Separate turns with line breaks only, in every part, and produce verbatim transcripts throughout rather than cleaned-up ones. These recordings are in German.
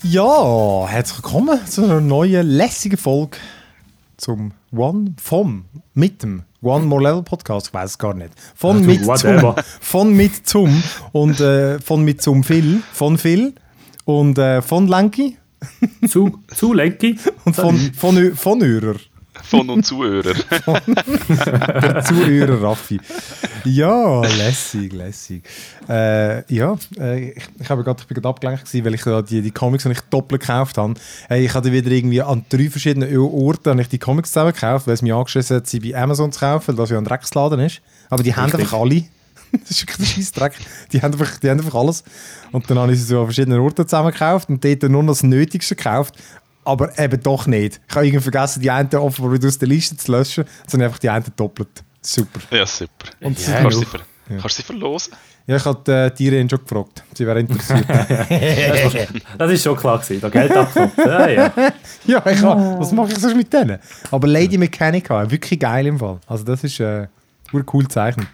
Ja, herzlich willkommen zu einer neuen, lässigen Folge zum One, vom, mit dem One More Level Podcast, ich weiß es gar nicht. Von,
ja,
mit, zum, von mit zum und äh, von mit zum Phil, von Phil und äh, von Lenki.
Zu, zu Lenki.
Und von, von, von, von Hörer.
Von und Zuhörer.
Der Zuhörer Raffi. Ja, lässig, lässig. Äh, ja, äh, ich, ich, habe grad, ich bin gerade abgelenkt gewesen, weil ich da die, die Comics, die ich doppelt gekauft habe. Hey, ich hatte wieder irgendwie an drei verschiedenen Orten habe ich die Comics zusammen gekauft, weil es mich angeschissen hat, sie bei Amazon zu kaufen, weil das ja ein Drecksladen ist. Aber die Richtig. haben einfach alle. Das ist wirklich ein Scheissdreck. Die haben, einfach, die haben einfach alles. Und dann habe ich sie so an verschiedenen Orten zusammen gekauft und dort nur noch das Nötigste gekauft. Aber eben doch nicht. Ich habe irgendwie vergessen, die einen offenbar wieder aus der Liste zu löschen, sondern einfach die einen doppelt. Super.
Ja, super.
Und
ja, kannst, du ver- ja. kannst du sie verlosen?
Ja, ich habe äh, die Irene schon gefragt. Sie wäre interessiert.
Das ist schon klar gewesen. Da Geld abgenommen. Ja, ja.
Ja, ich hab, was mache ich sonst mit denen? Aber Lady Mechanica, wirklich geil im Fall. Also das ist äh, cool gezeichnet.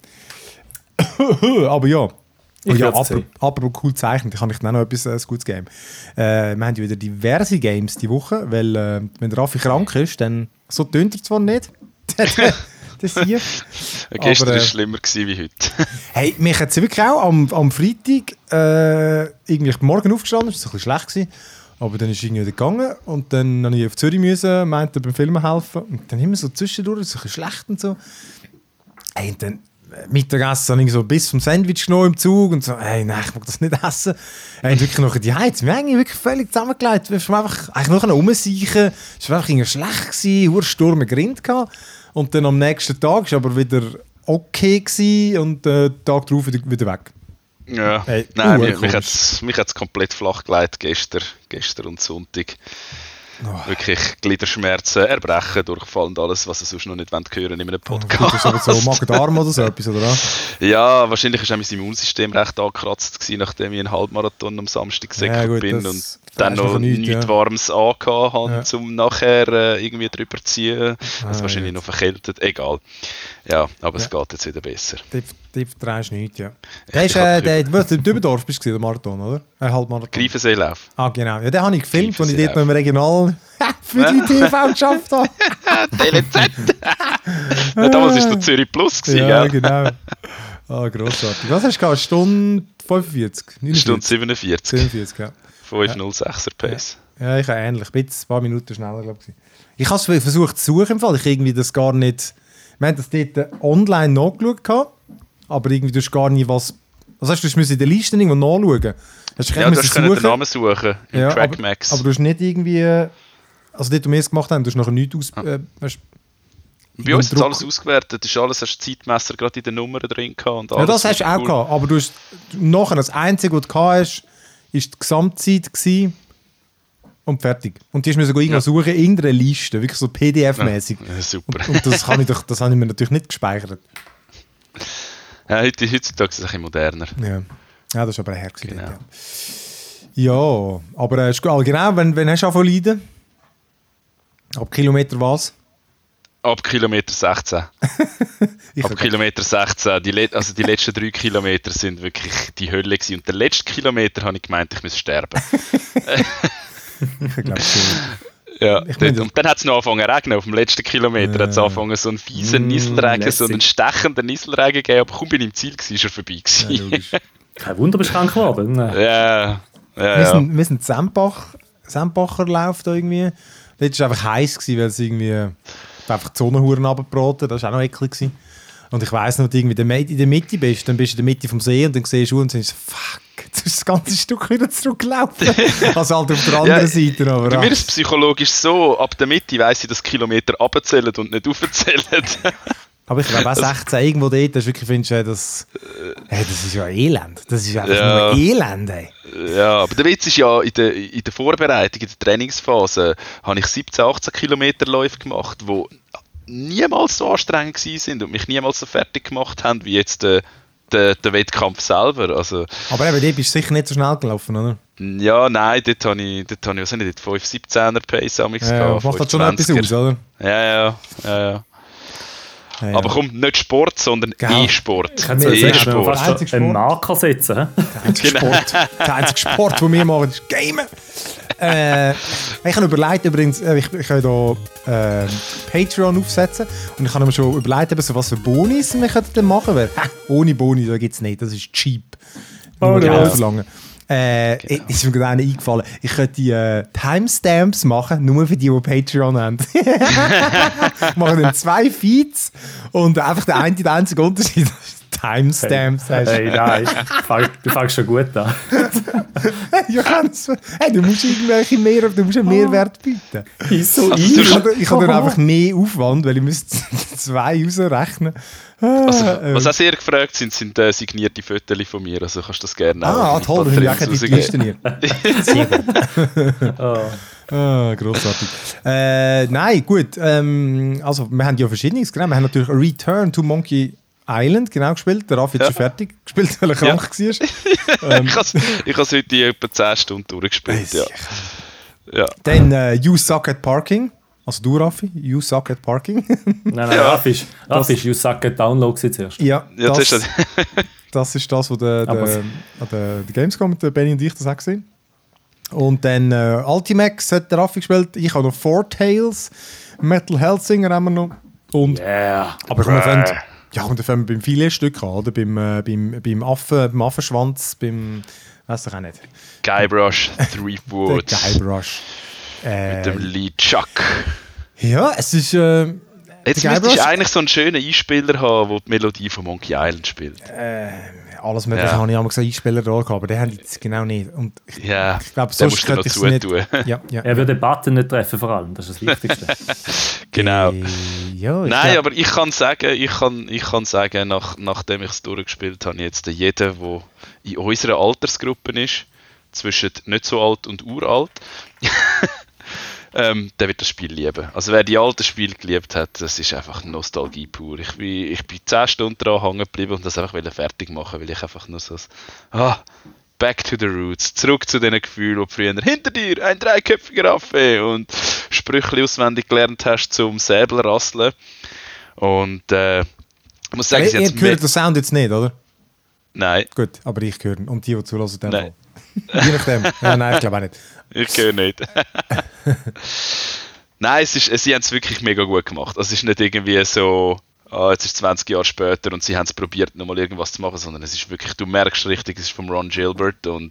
Aber ja. Oh ja, aber, aber cool zeichnet, da kann ich noch etwas äh, Gutes geben. Äh, wir haben ja wieder diverse Games diese Woche, weil äh, wenn der Raffi krank ist, dann so tönt er zwar nicht. Das hier.
Gestern war es äh, schlimmer gewesen wie heute.
Hey, mich hat es wirklich auch am, am Freitag äh, irgendwie morgen aufgestanden, das war ein bisschen schlecht gewesen, aber dann ist irgendwie wieder gegangen und dann musste ich auf Zürich, müssen, meinte beim Filmen helfen und dann immer so zwischendurch, so ein bisschen schlecht und so. Hey, und dann Mittagessen habe ich so ein bisschen vom Sandwich genommen im Zug und so, hey, nein, ich mag das nicht essen. Hey, und wirklich noch die Heiz, wir haben wirklich völlig zusammengelegt. Wir haben einfach eigentlich noch rumseichen. Es war einfach irgendwie schlecht gewesen, hoher Sturm Grind gehabt. Und dann am nächsten Tag war aber wieder okay gewesen und äh, den Tag darauf wieder, wieder weg.
Ja, hey, nein, mich, mich hat es komplett flach gelegt gestern, gestern und Sonntag. Oh. Wirklich Gliederschmerzen, Erbrechen, Durchfall und alles, was ihr sonst noch nicht hören wollt in einem Podcast.
Oh, das ist aber so Magen-Darm oder so etwas, oder?
Ja, wahrscheinlich war mein Immunsystem recht angekratzt gewesen, nachdem ich einen Halbmarathon am Samstag gesäckelt ja, bin und dann noch nichts ja. Warmes angehabt habe, ja. um nachher äh, irgendwie drüber zu ziehen. Ah, also wahrscheinlich ja. noch verkältet, egal. Ja, aber ja. es geht jetzt wieder besser.
Du verträgst nichts, ja. Der ist, äh, der, du in Dübendorf bist du, der Marathon, oder? Ein Halbmarathon.
Greifenseelauf.
Ah, genau. Ja, den habe ich gefilmt, als ich dort noch im Regional für die T V geschafft habe.
T L Z. Ja, damals war es Zürich Plus. Gewesen,
ja,
gell?
genau. Ah, grossartig. Was hast du gehabt? Stunde fünfundvierzig? neunundvierzig?
Stunde siebenundvierzig.
siebenundvierzig, ja.
fünf null sechser Pace.
Ja, ja, ich habe ähnlich. Ein paar Minuten schneller, glaube ich. Ich habe es versucht zu suchen, im Fall. Ich irgendwie das gar nicht... Wir haben das dort online nachgeschaut, aber irgendwie du hast gar nicht was... Also hast du musst in der Liste irgendwo nachschauen.
Hast du ja, du hast den Namen suchen im
ja,
Trackmax.
Aber, aber du hast nicht irgendwie... Also dort, wo wir es gemacht haben, du hast nachher nichts aus...
Ah.
Äh, weißt,
bei uns ist alles ausgewertet, ist alles, hast du Zeitmesser gerade in den Nummern drin gehabt und alles.
Ja, das hast du auch cool. gehabt, aber du hast nachher das Einzige, was du gehabt hast, ist die Gesamtzeit gewesen und fertig. Und die hast du sogar irgendwo ja. suchen, irgendeine Liste, wirklich so P D F-mäßig.
Ja, super.
Und, und das, kann ich doch, das habe ich mir natürlich nicht gespeichert.
Ja, heute, heutzutage ist es ein bisschen moderner.
Ja, ja das ist aber ein Herr gewesen.
Genau.
Ja. ja, aber äh, genau, wenn, wenn hast du angefangen zu leiden? Ab Kilometer was?
Ab Kilometer sechzehn. Ab Kilometer sechzehn. Die, Le- also die letzten drei Kilometer sind wirklich die Hölle gewesen. Und der letzte Kilometer habe ich gemeint, ich muss sterben.
Ich glaube schon.
Ja, ich mein, und dann hat es noch angefangen zu regnen. Auf dem letzten Kilometer äh, hat es angefangen, so einen fiesen mm, Nieselregen, lässig. so einen stechenden Nieselregen gegeben. Aber kaum bin ich im Ziel, war er vorbei.
Ja, kein Wunder, bist du krank geworden.
Ja, ja, ja.
Wir sind, wir sind Sempach, Sempacher Lauf da irgendwie. Dort war es einfach heiß, weil es irgendwie einfach die Sonnenhuren runtergebraten. Das war auch noch eklig gewesen. Und ich weiss noch, irgendwie in der Mitte bist, dann bist du in der Mitte vom See und dann siehst du und denkst, fuck, jetzt ist das ganze Stück wieder zurückgelaufen. Also halt auf der anderen ja, Seite. Aber
bei mir ist es psychologisch so, ab der Mitte weiss ich, dass Kilometer runterzählen und nicht aufzählen.
Aber ich glaube auch sechzehn, irgendwo dort, das wirklich findest du, das, hey, das ist ja Elend. Das ist einfach ja. nur Elend, ey.
Ja, aber der Witz ist ja, in der, in der Vorbereitung, in der Trainingsphase, habe ich siebzehn, achtzehn Kilometer Läufe gemacht, die niemals so anstrengend waren und mich niemals so fertig gemacht haben, wie jetzt der, der, der Wettkampf selber. Also,
aber eben, dort bist du sicher nicht so schnell gelaufen, oder?
Ja, nein, dort habe ich, dort habe ich, was habe ich, dort fünf siebzehner Pace am
ja, gehabt. Macht das schon etwas aus, oder?
Ja, ja, ja, ja. Ja, ja. Aber komm, nicht Sport, sondern genau. E-Sport.
Ich kann E-Sport. Einen Marker setzen.
Der einzige Sport, der einzige Sport, den wir machen, ist Gamen. äh, ich habe überlegt, übrigens, äh, ich, ich kann hier äh, Patreon aufsetzen und ich habe mir schon überlegt, so, was für Bonis wir könnten machen. Weil, ha, ohne Boni, da gibt es nicht, das ist cheap. Nur
Oh,
Geld
ja.
verlangen. Äh, genau. Ist mir gerade eingefallen, ich könnte äh, Timestamps machen, nur für die, die Patreon haben. Machen dann zwei Feeds und einfach der eine, der einzige Unterschied ist Timestamps.
Hey, hey nein, du fängst schon gut an.
Ja, kannst du. Hey, du musst irgendwelche mehr, du musst einen Mehrwert bieten.
Ist so
Also,
Ich habe ich hab dann einfach mehr Aufwand, weil ich müsste zwei rausrechnen.
Also, was auch sehr gefragt sind, sind äh, signierte Fotos von mir. Also kannst du das gerne
Ah,
auch
toll, dann habe ich auch keine Liste hier. Sehr gut.
Oh.
Ah, grossartig. Äh, nein, gut. Ähm, also, wir haben ja Verschiedenes genommen. Wir haben natürlich Return to Monkey Island genau gespielt. Der Raffi hat
Ja.
schon fertig gespielt, weil er
Ja.
krank war. ähm,
Ich habe es heute in etwa zehn Stunden durchgespielt. Ja. Ja.
Dann äh, You Suck at Parking. Also du, Raffi, You Suck at Parking.
Nein, nein,
Ja.
Raff ist, Raff ist You Suck at Download zuerst.
ja,
Ja,
das,
das ist
das ist das, was der,
Aber-
der, an der, der Gamescom mit der Benny und ich das auch gesehen. Und dann äh, Ultimax hat der Raffi gespielt. Ich habe noch Four Tales. Metal Hellsinger haben wir noch. Und,
Yeah.
aber komm, wir fangen, ja, und dann fangen wir beim Filetstück an, oder? Beim, äh, beim, beim, Affen, beim Affenschwanz, beim... Weiß ich auch nicht.
Guybrush, Three
Der
Woods.
Guybrush. Äh,
Mit dem Lied Chuck.
ja, es ist... Äh,
Jetzt
der
müsstest du
Guybrush-
eigentlich so einen schönen Einspieler haben, der die Melodie von Monkey Island spielt.
Alles Mögliche
Ja.
habe ich einmal gesagt, Einspieler da gehabt, aber den haben die jetzt genau nicht. Und ich,
Ja,
ich glaube,
den
sonst
musst du noch
könnte ich es nicht...
zutun.
Ja, ja.
Er würde den Button nicht treffen, vor allem. Das ist das Wichtigste.
Genau.
Äh, ja, ich
Nein,
glaub-
aber ich kann sagen, ich kann, ich kann sagen, nach, nachdem ich es durchgespielt habe, jetzt jeder, der in unserer Altersgruppe ist, zwischen nicht so alt und uralt, ähm, der wird das Spiel lieben. Also wer die alten Spiele geliebt hat, das ist einfach Nostalgie pur. Ich bin, ich bin zehn Stunden dran hängen geblieben und das einfach fertig machen, weil ich einfach nur so ah, back to the roots, zurück zu den Gefühlen, die früher hinter dir ein dreiköpfiger Affe und Sprüche auswendig gelernt hast zum Säbelrasseln. Und äh, ich muss sagen,
ihr
sie
ihr
hat's
hört den Sound jetzt nicht, oder?
Nein,
Gut, aber ich höre ihn. Und die, die zulassen, dann
Nein.
auch. Je nachdem. Ja, nein, ich glaube auch nicht.
ich höre nicht. Nein, es ist, sie haben es wirklich mega gut gemacht. Also es ist nicht irgendwie so, ah, jetzt ist zwanzig Jahre später und sie haben es probiert, nochmal irgendwas zu machen, sondern es ist wirklich, du merkst richtig, es ist von Ron Gilbert und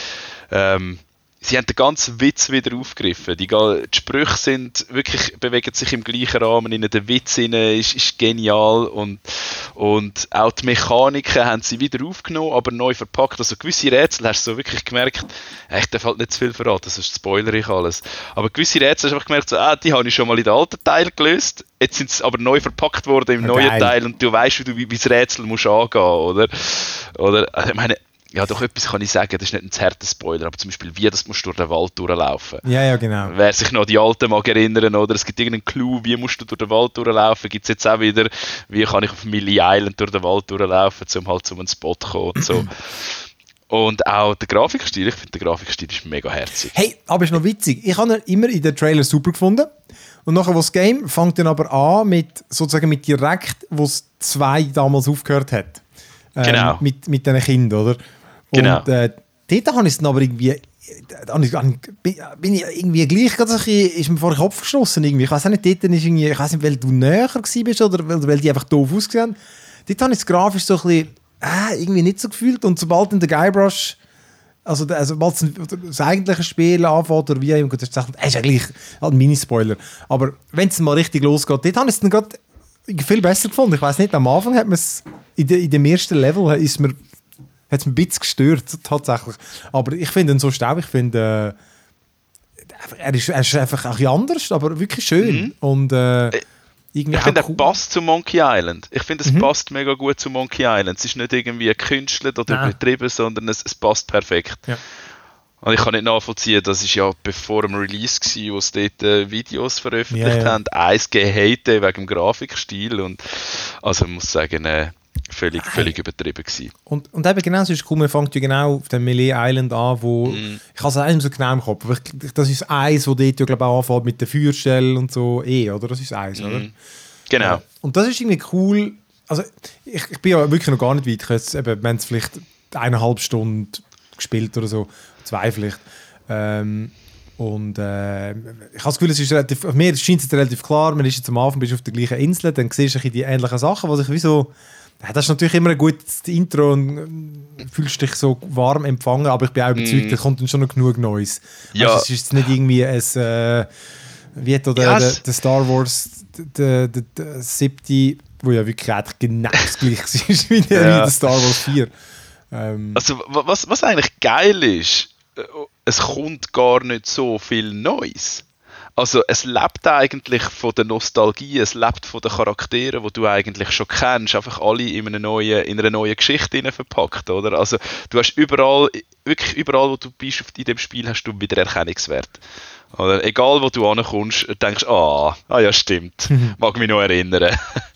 ähm, sie haben den ganzen Witz wieder aufgegriffen. Die, die Sprüche sind wirklich, bewegen sich im gleichen Rahmen, in den Witz rein, ist, ist genial und, und auch die Mechaniken haben sie wieder aufgenommen, aber neu verpackt. Also gewisse Rätsel hast du so wirklich gemerkt, äh, ich darf halt nicht zu viel verraten, sonst spoilere ich alles. Aber gewisse Rätsel hast du einfach gemerkt, so, ah, die habe ich schon mal in den alten Teil gelöst, jetzt sind sie aber neu verpackt worden im
Ja,
neuen
geil.
Teil und du weißt, wie du wie das Rätsel musst angehen, oder? Oder, also ich meine, ja, doch etwas kann ich sagen, das ist nicht ein zarter Spoiler, aber zum Beispiel, wie das musst du durch den Wald durchlaufen.
Ja, ja, genau.
Wer sich noch an die Alten mag erinnern, oder es gibt irgendeinen Clou, wie musst du durch den Wald durchlaufen, gibt es jetzt auch wieder, wie kann ich auf Millie Island durch den Wald durchlaufen, um halt zu einem Spot zu kommen und so. Und auch der Grafikstil, ich finde der Grafikstil ist mega herzig.
Hey, aber ist noch witzig. Ich habe ihn immer in den Trailer super gefunden. Und nachher, wo das Game fängt dann aber an mit, sozusagen mit direkt, wo es zwei damals aufgehört hat. Ähm,
Genau.
Mit, mit diesen Kindern, oder?
Genau.
Und äh, dort habe ich es dann aber irgendwie, da habe ich- bin bin ich irgendwie gleich, gerade so ein bisschen, ist mir vor den Kopf gestossen irgendwie. Ich weiß auch nicht, dort ist irgendwie, ich weiß nicht, weil du näher gewesen bist oder weil, weil die einfach doof ausgesehen haben. Dort habe ich es grafisch so ein bisschen, äh, irgendwie nicht so gefühlt. Und sobald dann der Guybrush, also, der- also sobald es das eigentliche Spiel anfängt oder wie immer, gut, das ist ja gleich halt ein Mini-Spoiler. Aber wenn es mal richtig losgeht, dort habe ich es dann gerade viel besser gefunden. Ich weiß nicht, am Anfang hat man es, in, de, in dem ersten Level ist mir, hat es mir ein bisschen gestört, tatsächlich. Aber ich finde ihn so staub, ich finde, äh, er, ist, er ist einfach ein bisschen anders, aber wirklich schön.
Mhm.
Und äh, irgendwie
Ich finde,
auch
er passt zu Monkey Island. Ich finde, es
Mhm.
passt mega gut zu Monkey Island. Es ist nicht irgendwie gekünstelt oder
Nein.
übertrieben, sondern es, es passt perfekt.
Ja.
Und ich kann nicht nachvollziehen, das ist ja bevor dem Release war, wo sie dort äh, Videos veröffentlicht
Ja, ja.
haben, eins gehatet wegen dem Grafikstil. Und also ich muss sagen, äh, völlig, völlig übertrieben gewesen.
Und, und eben genau so ist es cool, man fängt ja genau auf dem Melee Island an, wo,
Mhm.
ich habe es auch nicht mehr so genau im Kopf, aber ich, das ist eins, wo dort ja, glaube ich, auch anfängt mit der Feuerstelle und so, eh, oder? Das ist eins, oder?
Mhm. Genau.
Ja. Und das ist irgendwie cool, also ich, ich bin ja wirklich noch gar nicht weit, ich habe jetzt eben, wenn es vielleicht eineinhalb Stunden gespielt oder so, zwei vielleicht, ähm, Und äh, ich habe das Gefühl, es ist relativ, mir scheint es relativ klar, man ist jetzt am Anfang, bist auf der gleichen Insel, dann siehst du die ähnlichen Sachen, was ich wie so... Ja, das ist natürlich immer ein gutes Intro und äh, fühlst dich so warm empfangen, aber ich bin auch überzeugt, mm. da kommt dann schon noch genug Neues.
Ja.
Also, es ist jetzt nicht irgendwie ein... Äh, wie hat der, yes. der, der Star Wars, der, der, der siebte, wo ja wirklich eigentlich genau das gleiche ist wie der, ja. wie der Star Wars vier. Ähm,
also was, was eigentlich geil ist, es kommt gar nicht so viel Neues. Also es lebt eigentlich von der Nostalgie, es lebt von den Charakteren, die du eigentlich schon kennst, einfach alle in einer neuen, in einer neuen Geschichte verpackt, oder? Also du hast überall, wirklich überall, wo du bist in dem Spiel, hast du Wiedererkennungswert. Oder egal wo du ankommst, denkst du, ah, ah ja stimmt, mag mich noch erinnern.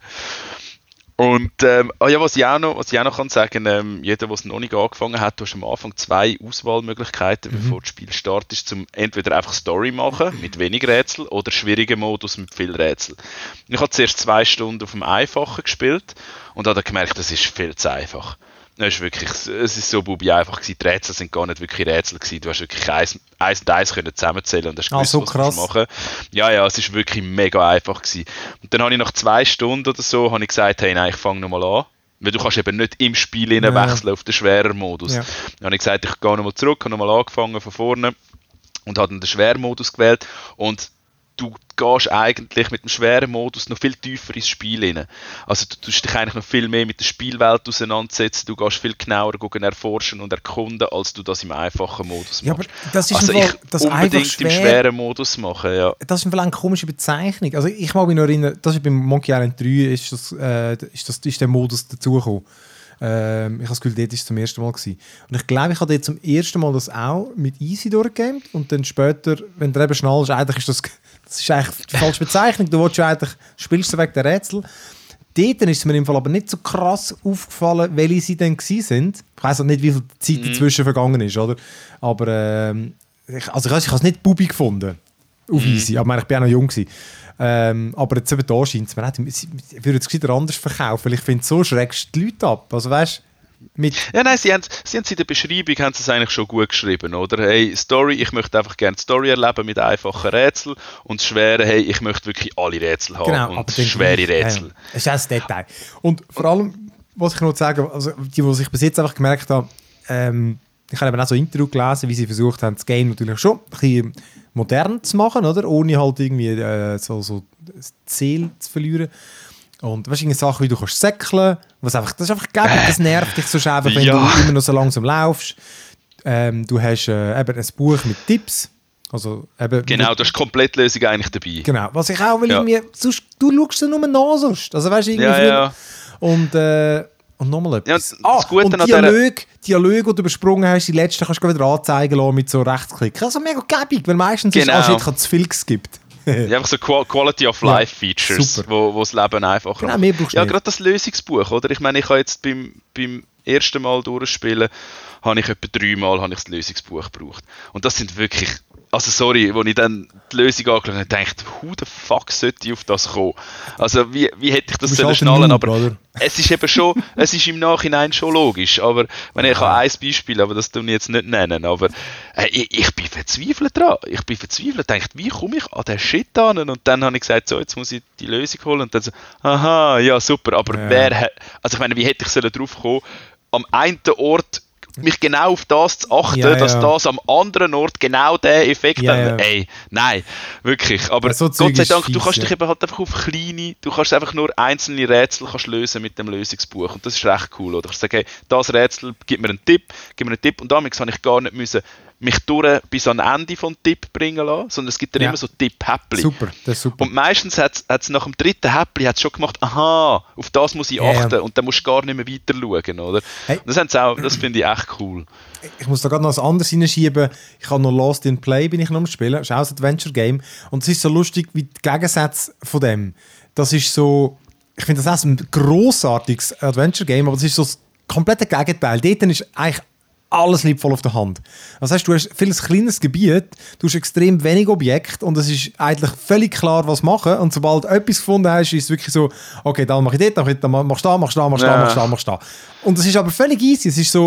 Und ähm, ah ja, was ich auch noch, was ich auch noch kann sagen, ähm, jeder, der es noch nicht angefangen hat, du hast am Anfang zwei Auswahlmöglichkeiten, mhm. bevor das Spiel startet, zum entweder einfach Story machen mit wenig Rätsel oder schwierigen Modus mit viel Rätsel. Ich habe zuerst zwei Stunden auf dem Einfachen gespielt und habe dann gemerkt, das ist viel zu einfach. Es ist wirklich, es ist so bubi einfach gewesen. Die Rätsel sind gar nicht wirklich Rätsel gewesen. Du hast wirklich eins, eins und eins können zusammenzählen und hast gewusst,
ah, so
was
krass.
du machen. Ja, ja, es ist wirklich mega einfach gewesen. Und dann habe ich nach zwei Stunden oder so habe ich gesagt, hey, nein, ich fange nochmal an. Weil du kannst eben nicht im Spiel ja. wechseln auf den schweren Modus. Ja. Dann habe ich gesagt, ich gehe nochmal zurück, habe nochmal angefangen von vorne und habe dann den schweren Modus gewählt und du gehst eigentlich mit dem schweren Modus noch viel tiefer ins Spiel rein. Also du tust dich eigentlich noch viel mehr mit der Spielwelt auseinandersetzen, du gehst viel genauer erforschen und erkunden, als du das im einfachen Modus machst.
Ja, aber das ist
also
Fall,
ich
das
unbedingt
schwer,
im schweren Modus machen, ja.
Das ist eine komische Bezeichnung. Also ich mag mich noch erinnern, das ist beim Monkey Island drei ist, das, äh, ist, das, ist der Modus dazugekommen. Ähm, ich habe das Gefühl, dort war es zum ersten Mal gewesen. Und ich glaube, ich habe dort zum ersten Mal das auch mit Easy durchgegamed und dann später, wenn du eben schnell ist, eigentlich ist das, das ist eigentlich die falsche Bezeichnung. Du willst eigentlich, spielst du wegen der Rätsel. Dort ist mir im Fall aber nicht so krass aufgefallen, welche sie denn gewesen sind. Ich weiss auch nicht, wie viel Zeit mhm. dazwischen vergangen ist, oder? Aber ähm, ich, also ich, ich habe es nicht Bubi gefunden auf mhm. Easy, aber ich war auch noch jung gewesen. Ähm, aber jetzt eben da scheint es mir nicht, ich würde es wieder anders verkaufen, weil ich finde, so schreckst du die Leute ab. Also weißt mit
ja, nein, sie haben sie haben in der Beschreibung haben sie es eigentlich schon gut geschrieben, oder? Hey, Story, ich möchte einfach gerne die Story erleben mit einfachen Rätseln und das Schwere, hey, ich möchte wirklich alle Rätsel haben
genau,
und schwere Rätsel.
Ja, das ist auch das Detail. Und vor allem, was ich noch sagen, also die, die ich bis jetzt einfach gemerkt habe, ähm, ich habe eben auch so ein Interview gelesen, wie sie versucht haben, das Game natürlich schon ein bisschen modern zu machen, oder? Ohne halt irgendwie äh, so, so das Ziel zu verlieren. Und weißt du, Sachen wie du kannst säckeln, was einfach, das ist einfach geil, das nervt dich so einfach, wenn ja. du immer noch so langsam laufst. Ähm, du hast äh, eben ein Buch mit Tipps. Also, eben,
genau, mit, du hast die Komplettlösung eigentlich dabei.
Genau, was ich auch will, ja. irgendwie, sonst, du schaust ja nur nach sonst. Also weißt du, irgendwie
ja, ja.
Und, äh, und nochmal etwas.
Ja, das
ah, und Dialog, Dialog, die du übersprungen hast, die letzten kannst du wieder anzeigen lassen mit so Rechtsklick. Also mega gäbig, weil meistens
genau.
ist es, als es zu viel gibt.
Ja, einfach so Quality of Life Features, ja, wo, wo das Leben einfacher
genau, mehr
macht. Ja, gerade das Lösungsbuch, oder? Ich meine, ich habe jetzt beim, beim ersten Mal durchspielen, habe ich etwa dreimal habe ich das Lösungsbuch gebraucht. Und das sind wirklich, also sorry, als ich dann die Lösung angeschaut habe, dachte ich, who the fuck sollte ich auf das kommen? Also wie, wie hätte ich das sollen schnallen? Noob, aber oder? Es ist eben schon, es ist im Nachhinein schon logisch, aber wenn ich habe ein Beispiel, aber das tue ich jetzt nicht nennen, aber äh, ich, ich bin verzweifelt dran. Ich bin verzweifelt, dachte, wie komme ich an den Shit an? Und dann habe ich gesagt, so, jetzt muss ich die Lösung holen und dann so, aha, ja super, aber ja. wer hat, also ich meine, wie hätte ich sollen drauf kommen, am einen Ort mich genau auf das zu achten, ja, ja. dass das am anderen Ort genau der Effekt ja, hat. Ja. Ey, nein, wirklich. Aber ja, so Gott sei Dank, fies, du kannst ja. dich eben halt einfach auf kleine, du kannst einfach nur einzelne Rätsel kannst lösen mit dem Lösungsbuch. Und das ist recht cool. Oder ich sage, hey, das Rätsel, gib mir einen Tipp, gib mir einen Tipp. Und damit habe ich gar nicht müssen mich durch bis an Ende vom Tipp bringen lassen, sondern es gibt dann ja. immer so Tipp-Häppli.
Super, das ist super.
Und meistens hat es nach dem dritten Häppli schon gemacht, aha, auf das muss ich ja, achten ja. und dann musst du gar nicht mehr weiter schauen, oder? Hey. Das, das finde ich echt cool.
Ich muss da gerade noch was anderes hineinschieben. Ich habe noch Lost in Play, bin ich noch am Spielen. Das ist auch ein Adventure-Game. Und es ist so lustig wie die Gegensätze von dem. Das ist so, ich finde das auch ein grossartiges Adventure-Game, aber das ist so das komplette Gegenteil. Dort ist eigentlich alles liegt voll auf der Hand. Das heißt, du hast ein vieles kleines Gebiet, du hast extrem wenig Objekte und es ist eigentlich völlig klar, was machen. Und sobald du etwas gefunden hast, ist es wirklich so, okay, dann mach ich das, dann machst du da, machst du da, machst du da, machst du da, machst du da, machst du da. Und es ist aber völlig easy. Es ist so,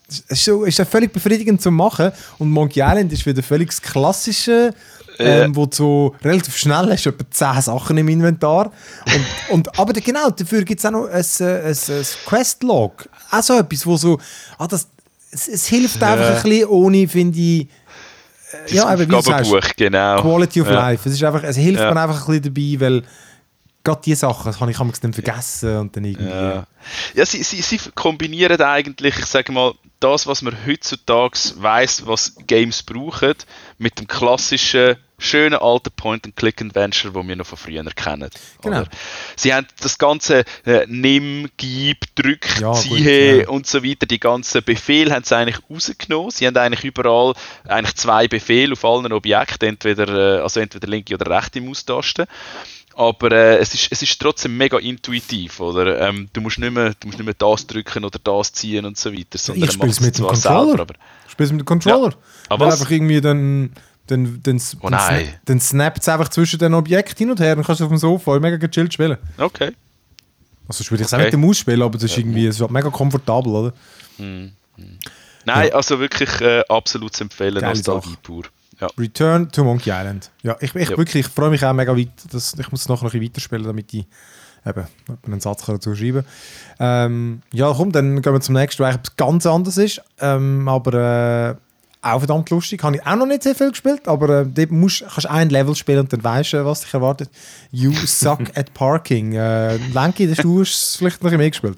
es ist, so, ist ja völlig befriedigend zu machen. Und Monkey Island ist wieder völlig das Klassische, ähm, äh. wo du so relativ schnell hast, etwa zehn Sachen im Inventar. Und, und, aber genau, dafür gibt es auch noch ein, ein, ein Quest-Log. Auch so etwas, wo so, ah, das, es, es hilft ja. einfach ein bisschen ohne, finde ich,
das ja, aber wie du sagst, genau.
Quality of ja. Life. Es, ist einfach, es hilft ja. mir einfach ein bisschen dabei, weil gerade diese Sachen, das habe ich dann vergessen und dann irgendwie...
Ja, ja sie, sie, sie kombinieren eigentlich, ich sage mal, das, was man heutzutage weiss, was Games brauchen, mit dem klassischen, schönen alten Point-and-Click-Adventure, das wir noch von früher kennen.
Genau.
Oder? Sie haben das ganze äh, Nimm, Gib, Drück,
ja,
Ziehe
ja.
und so weiter, die ganzen Befehle haben sie eigentlich rausgenommen. Sie haben eigentlich überall eigentlich zwei Befehle auf allen Objekten, entweder, äh, also entweder linke oder rechte Maustaste. Aber äh, es, ist, es ist trotzdem mega intuitiv, oder? Ähm, du, musst nicht mehr, du musst nicht mehr das drücken oder das ziehen und so weiter.
Sondern ich spiele es mit dem Controller. Selber, aber ich spiele es mit dem Controller. Ja.
Aber
einfach irgendwie dann, dann, dann,
oh
dann, sna- dann snappt es einfach zwischen den Objekten hin und her und kannst auf dem Sofa mega gechillt spielen.
Okay.
Also spiele ich es okay. auch mit dem Maus spielen, aber das ist irgendwie es ist mega komfortabel, oder?
Hm. Hm. Nein, ja. also wirklich äh, absolut zu empfehlen, Nostalgie pur. Ja.
Return to Monkey Island. Ja, ich, ich,
ja.
wirklich, ich freue mich auch mega weit. Dass, ich muss es nachher noch ein bisschen weiterspielen, damit ich eben einen Satz dazu schreiben kann. Ähm, ja, komm, dann gehen wir zum nächsten, weil es ganz anders ist. Ähm, aber äh, auch verdammt lustig. Habe ich auch noch nicht sehr viel gespielt, aber äh, dort musst, kannst du ein Level spielen und dann weißt du, was dich erwartet. You suck at parking. Äh, Lenki, du hast es vielleicht noch ein bisschen mehr gespielt.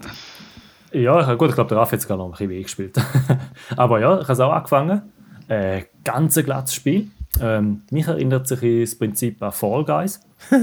Ja, gut, ich glaube, der Raffi hat es gar noch ein bisschen mehr gespielt. Aber ja, ich habe es auch angefangen. Äh, ganz ein glattes Spiel. Ähm, mich erinnert sich das Prinzip an Fall Guys.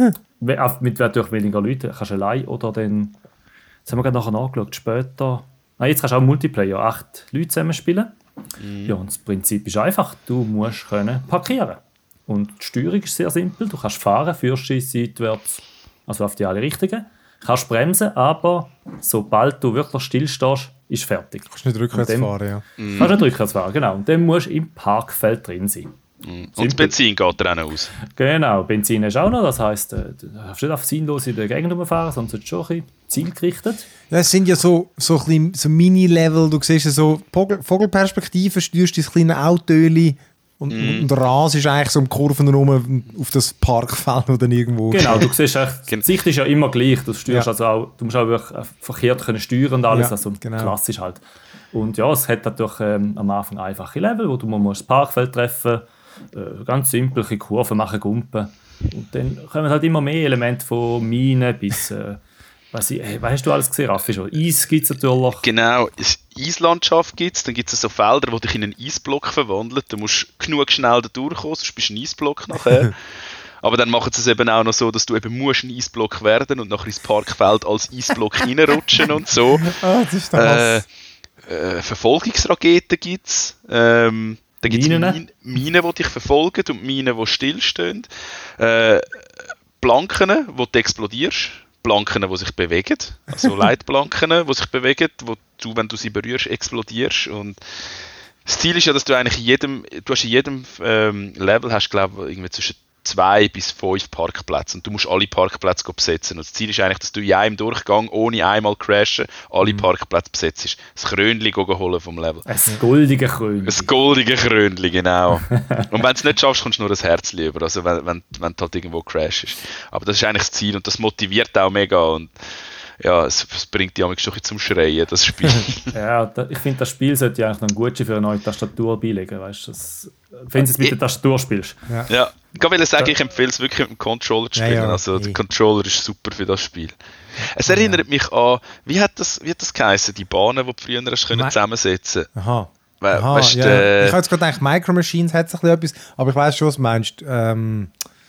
Mit natürlich weniger Leuten. Kannst du allein oder dann... Das haben wir gerade nachher nachgeschaut. Später... Nein, jetzt kannst du auch Multiplayer. Acht Leute zusammen spielen. Mhm. Ja, und das Prinzip ist einfach. Du musst können parkieren. Und die Steuerung ist sehr simpel. Du kannst fahren, führst dich seitwärts, also auf die alle Richtungen. Du kannst bremsen, aber sobald du wirklich stillstehst, ist fertig.
Du kannst nicht rückwärts dem, fahren, ja.
Mm. Kannst nicht rückwärts fahren, genau. Und dann musst du im Parkfeld drin sein.
Mm. Und das Benzin geht dann auch aus.
Genau, Benzin ist auch noch. Das heisst, du darfst nicht auf sinnlos in der Gegend rumfahren, sondern sollst schon ein bisschen zielgerichtet.
Ja, es sind ja so, so, so Mini-Level, du siehst ja so Vogelperspektive, steuerst dein kleine Autöli und, mm. und der Ras ist eigentlich so um Kurven herum auf das Parkfeld oder irgendwo.
Genau, du siehst echt, die Sicht ist ja immer gleich. Du, steuerst ja. also auch, du musst auch wirklich verkehrt können steuern und alles, ja, also genau. Klassisch halt. Und ja, es hat natürlich ähm, am Anfang einfache Level, wo du man muss das Parkfeld treffen musst, äh, ganz simple Kurven machen, Gumpen. Und dann kommen halt immer mehr Elemente von Minen bis... Äh, Was, hey, was hast du alles gesehen, Raffi? Schon? Eis gibt es natürlich.
Genau, Eislandschaft gibt es. Dann gibt es so Felder, die dich in einen Eisblock verwandeln. Du musst genug schnell da durchkommen, sonst bist du ein Eisblock nachher. Aber dann machen sie es eben auch noch so, dass du eben musst ein Eisblock werden und nachher ins Parkfeld als Eisblock reinrutschen und so.
Ah, das ist das.
Äh, äh, Verfolgungsraketen gibt es. Ähm, dann gibt es Minen, Minen, die dich verfolgen und Minen, die stillstehen. Äh, Planken, wo du explodierst. Planken, die sich bewegen, also Leitplanken, die sich bewegen, wo du, wenn du sie berührst, explodierst. Und das Ziel ist ja, dass du eigentlich in jedem, du hast in jedem ähm, Level hast, glaube ich, irgendwie zwischen zwei bis fünf Parkplätze und du musst alle Parkplätze besetzen. Und das Ziel ist eigentlich, dass du in einem Durchgang, ohne einmal crashen, alle mhm. Parkplätze besetzt. Das Krönchen holen vom Level.
Ein goldiges Krönchen.
Ein goldiges Krönchen, genau. Und wenn du es nicht schaffst, kommst du nur ein Herz über, also wenn, wenn, wenn du halt irgendwo crashst. Aber das ist eigentlich das Ziel und das motiviert auch mega und ja, es, es bringt dich schon zum Schreien, das Spiel.
Ja, da, ich finde, das Spiel sollte ja eigentlich noch ein Gutschein für eine neue Tastatur beilegen, weißt du, wenn du es mit der Tastatur spielst.
Ja, ja. Ich will sagen, ich empfehle es wirklich mit dem Controller zu spielen, ja, ja. also der Controller ist super für das Spiel. Es erinnert ja. mich an, wie hat das, wie hat das geheißen, die Bahnen, die du früher hast können zusammensetzen.
Aha.
We-
Aha
weißt,
ja.
äh,
ich habe jetzt gerade gedacht, Micro Machines hat ein etwas, aber ich weiss schon, was du meinst. Ähm,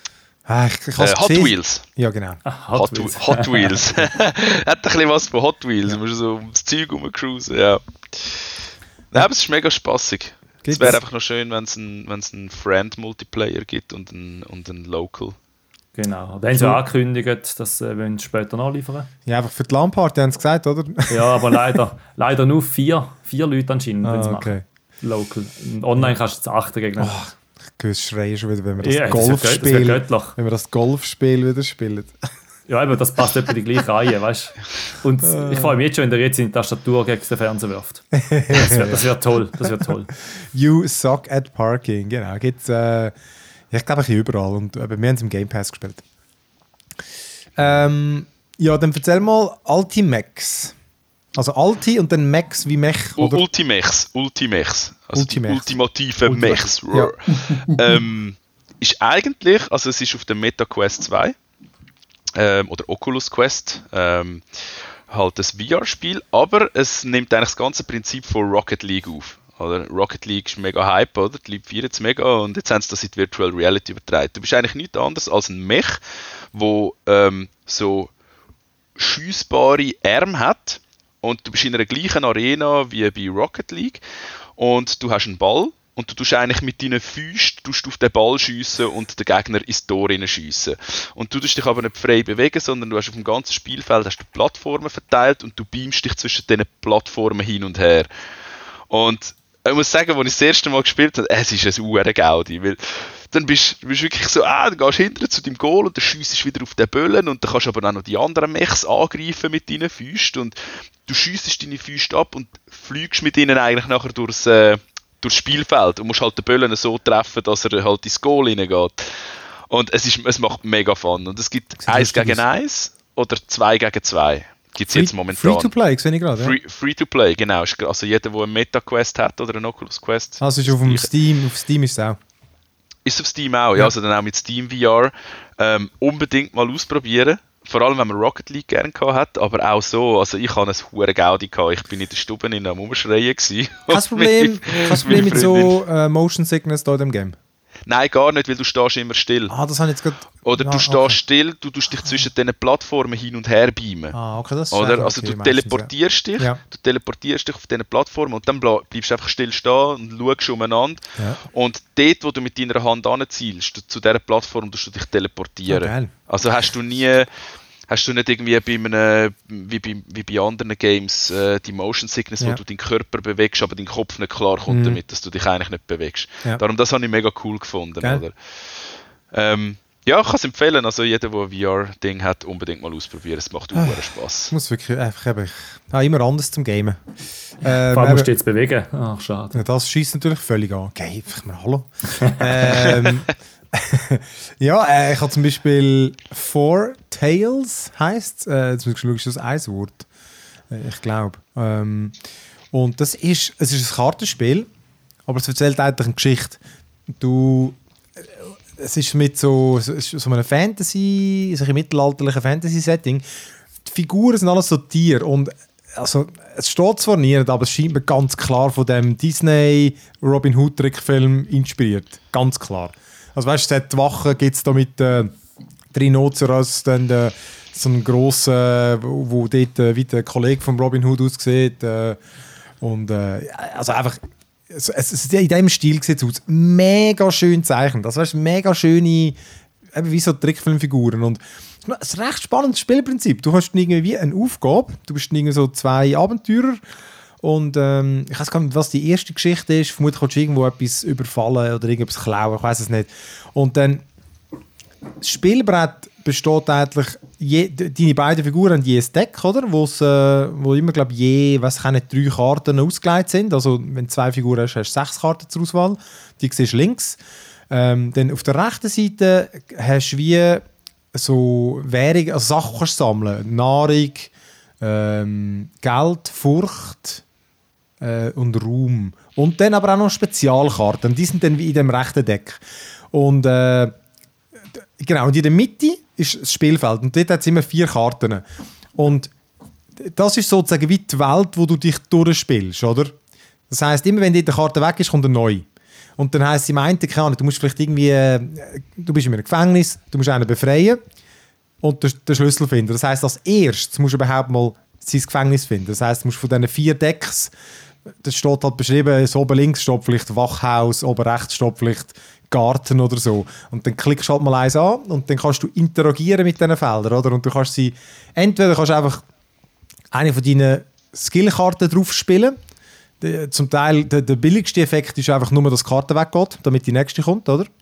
ich, ich
äh, Hot gesehen. Wheels.
Ja, genau.
Ah, Hot,
Hot Wheels. Hot Wheels. Hat ein bisschen was von Hot Wheels. Ja. Du musst so ums Zeug rumcruisen, ja. Nein, aber es ist mega spaßig. Es wäre einfach noch schön, wenn es einen ein Friend-Multiplayer gibt und einen und ein Local.
Genau. Da haben sie angekündigt, dass äh, wir später nachliefern.
Ja, einfach für die LAN-Party haben sie gesagt, oder?
Ja, aber leider, leider nur vier, vier Leute anscheinend, wenn sie
ah, okay.
machen. Local. Und online kannst du jetzt achten gegen
oh, ich höre es schreien schon wieder, wenn wir das
ja,
Golfspiel,
das
wenn wir das Golfspiel wieder spielen.
Ja, aber das passt etwa die gleiche Reihe, weißt du? Und ich freue mich jetzt schon, wenn der jetzt in die Tastatur gegen den Fernseher wirft. Das wird, das wird toll, das wird toll.
You suck at parking, genau. Gibt's, äh, ich glaube, ich überall. Und äh, wir haben es im Game Pass gespielt. Ähm, ja, dann erzähl mal Ultimax. Also Alti und dann Max wie Mech, oder?
Ultimax, Ultimax. Also
Ultimax.
die ultimative Mechs.
Ja.
ähm, ist eigentlich, also es ist auf der Meta Quest zwei ähm, oder Oculus Quest, ähm, halt ein V R-Spiel, aber es nimmt eigentlich das ganze Prinzip von Rocket League auf. Oder? Rocket League ist mega Hype, oder? Die Leute feiern es mega und jetzt haben sie das in die Virtual Reality übertragen. Du bist eigentlich nichts anderes als ein Mech, der ähm, so schiessbare Arme hat und du bist in einer gleichen Arena wie bei Rocket League und du hast einen Ball und du tust eigentlich mit deinen Füßen tust auf den Ball schiessen und den Gegner ins Tor schiessen. Und du tust dich aber nicht frei bewegen, sondern du hast auf dem ganzen Spielfeld hast du Plattformen verteilt und du beamst dich zwischen diesen Plattformen hin und her. Und ich muss sagen, als ich das erste Mal gespielt habe, es ist ein uere Gaudi, weil dann bist du wirklich so, ah, dann gehst du hinterher zu deinem Goal und dann schiessest wieder auf den Böllen und dann kannst du aber auch noch die anderen Mechs angreifen mit deinen Füßen und du schiessest deine Füße ab und fliegst mit ihnen eigentlich nachher durchs, äh, durchs Spielfeld und musst halt den Böllen so treffen, dass er halt ins Goal reingeht. Und es, ist, es macht mega Fun. Und es gibt eins gegen eins oder zwei gegen zwei. Gibt es jetzt momentan.
Free-to-play, sehe ich gerade. Ja?
Free, Free-to-play, genau. Also jeder, der eine Meta-Quest hat oder eine Oculus-Quest.
Also ist auf dem Steam, auf Steam ist es auch.
Ist auf Steam auch, ja. ja. Also dann auch mit Steam V R. Ähm, unbedingt mal ausprobieren. Vor allem, wenn man Rocket League gerne hat, aber auch so. Also ich hatte ein hure Gaudi gehabt. Ich bin in der Stube in am Umschreien gewesen.
Kein Problem, kein Problem mit so uh, Motion Sickness da in dem Game?
Nein, gar nicht, weil du stehst immer still.
Ah, das habe ich jetzt gerade...
Oder du ah, stehst okay. still, du tust dich zwischen diesen Plattformen hin und her beamen.
Ah, okay, das ist
Oder?
Okay,
also du teleportierst ja. dich, ja. du teleportierst dich auf diesen Plattformen und dann bleibst du einfach still stehen und schaust umeinander. Ja. Und dort, wo du mit deiner Hand anzielst, zu dieser Plattform, tust du dich teleportieren. Oh, also hast du nie... Hast du nicht irgendwie bei einem, wie bei, wie bei anderen Games äh, die Motion Sickness, ja. wo du deinen Körper bewegst, aber dein Kopf nicht klar kommt mm. damit, dass du dich eigentlich nicht bewegst. Ja. Darum, das habe ich mega cool gefunden. Oder? Ähm, ja, ich kann es empfehlen. Also jeder, der ein V R-Ding hat, unbedingt mal ausprobieren. Es macht auch Spaß.
Ich muss wirklich einfach eben, ich habe immer anders zum Gamen.
Ähm, Vor allem musst du jetzt bewegen. Ach, schade.
Das schießt natürlich völlig an. Geh einfach mal, hallo. ähm, ja, äh, ich habe zum Beispiel Four Tales, heisst es. Äh, jetzt muss ich schauen, ist das ein Wort? Äh, ich glaube. Ähm, und das ist, es ist ein Kartenspiel, aber es erzählt eigentlich eine Geschichte. Du, äh, es ist mit so, so, so einem Fantasy, so einem mittelalterlichen Fantasy-Setting. Die Figuren sind alles so Tiere und also, es steht zwar nicht, aber es scheint mir ganz klar von dem Disney Robin Hood Trickfilm inspiriert. Ganz klar. Also weißt du, die Wache gibt es da mit äh, Rhinoceros, dann äh, so einen grossen, äh, wo, wo dort äh, wie der Kollege von Robin Hood aussieht. Äh, und äh, also einfach, es, es, in diesem Stil sieht es aus. Mega schön zeichnet. Also weißt du, mega schöne, eben wie so Trickfilmfiguren. Und es ist ein recht spannendes Spielprinzip. Du hast irgendwie eine Aufgabe, du bist irgendwie so zwei Abenteurer. Und ähm, ich weiß gar nicht, was die erste Geschichte ist. Vermutlich kannst du irgendwo etwas überfallen oder irgendwas klauen, ich weiß es nicht. Und dann, das Spielbrett besteht eigentlich, je, deine beiden Figuren haben je ein Deck, oder? Wo's, äh, wo immer, glaube ich, je, weiß ich nicht, drei Karten ausgelegt sind. Also wenn du zwei Figuren hast, hast du sechs Karten zur Auswahl. Die siehst du links. Ähm, dann auf der rechten Seite hast du wie so Währung, also Sachen kannst du sammeln. Nahrung, ähm, Geld, Furcht, und Raum. Und dann aber auch noch Spezialkarten. Die sind dann wie in dem rechten Deck. Und äh, genau, und in der Mitte ist das Spielfeld. Und dort hat es immer vier Karten. Und das ist sozusagen wie die Welt, wo du dich durchspielst, oder? Das heisst, immer wenn die Karte weg ist, kommt eine neue. Und dann heisst es im einen, keine Ahnung, du musst vielleicht irgendwie, äh, du bist in einem Gefängnis, du musst einen befreien und den, den Schlüssel finden. Das heisst, als erstes musst du überhaupt mal sein Gefängnis finden. Das heisst, du musst von diesen vier Decks, das steht halt beschrieben, so oben links steht vielleicht Wachhaus, oben rechts steht vielleicht Garten oder so. Und dann klickst du halt mal eins an und dann kannst du interagieren mit diesen Feldern, oder? Und du kannst sie, entweder kannst du einfach eine von deinen Skillkarten drauf spielen. Zum Teil, der, der billigste Effekt ist einfach nur, dass die Karte weggeht, damit die nächste kommt, oder?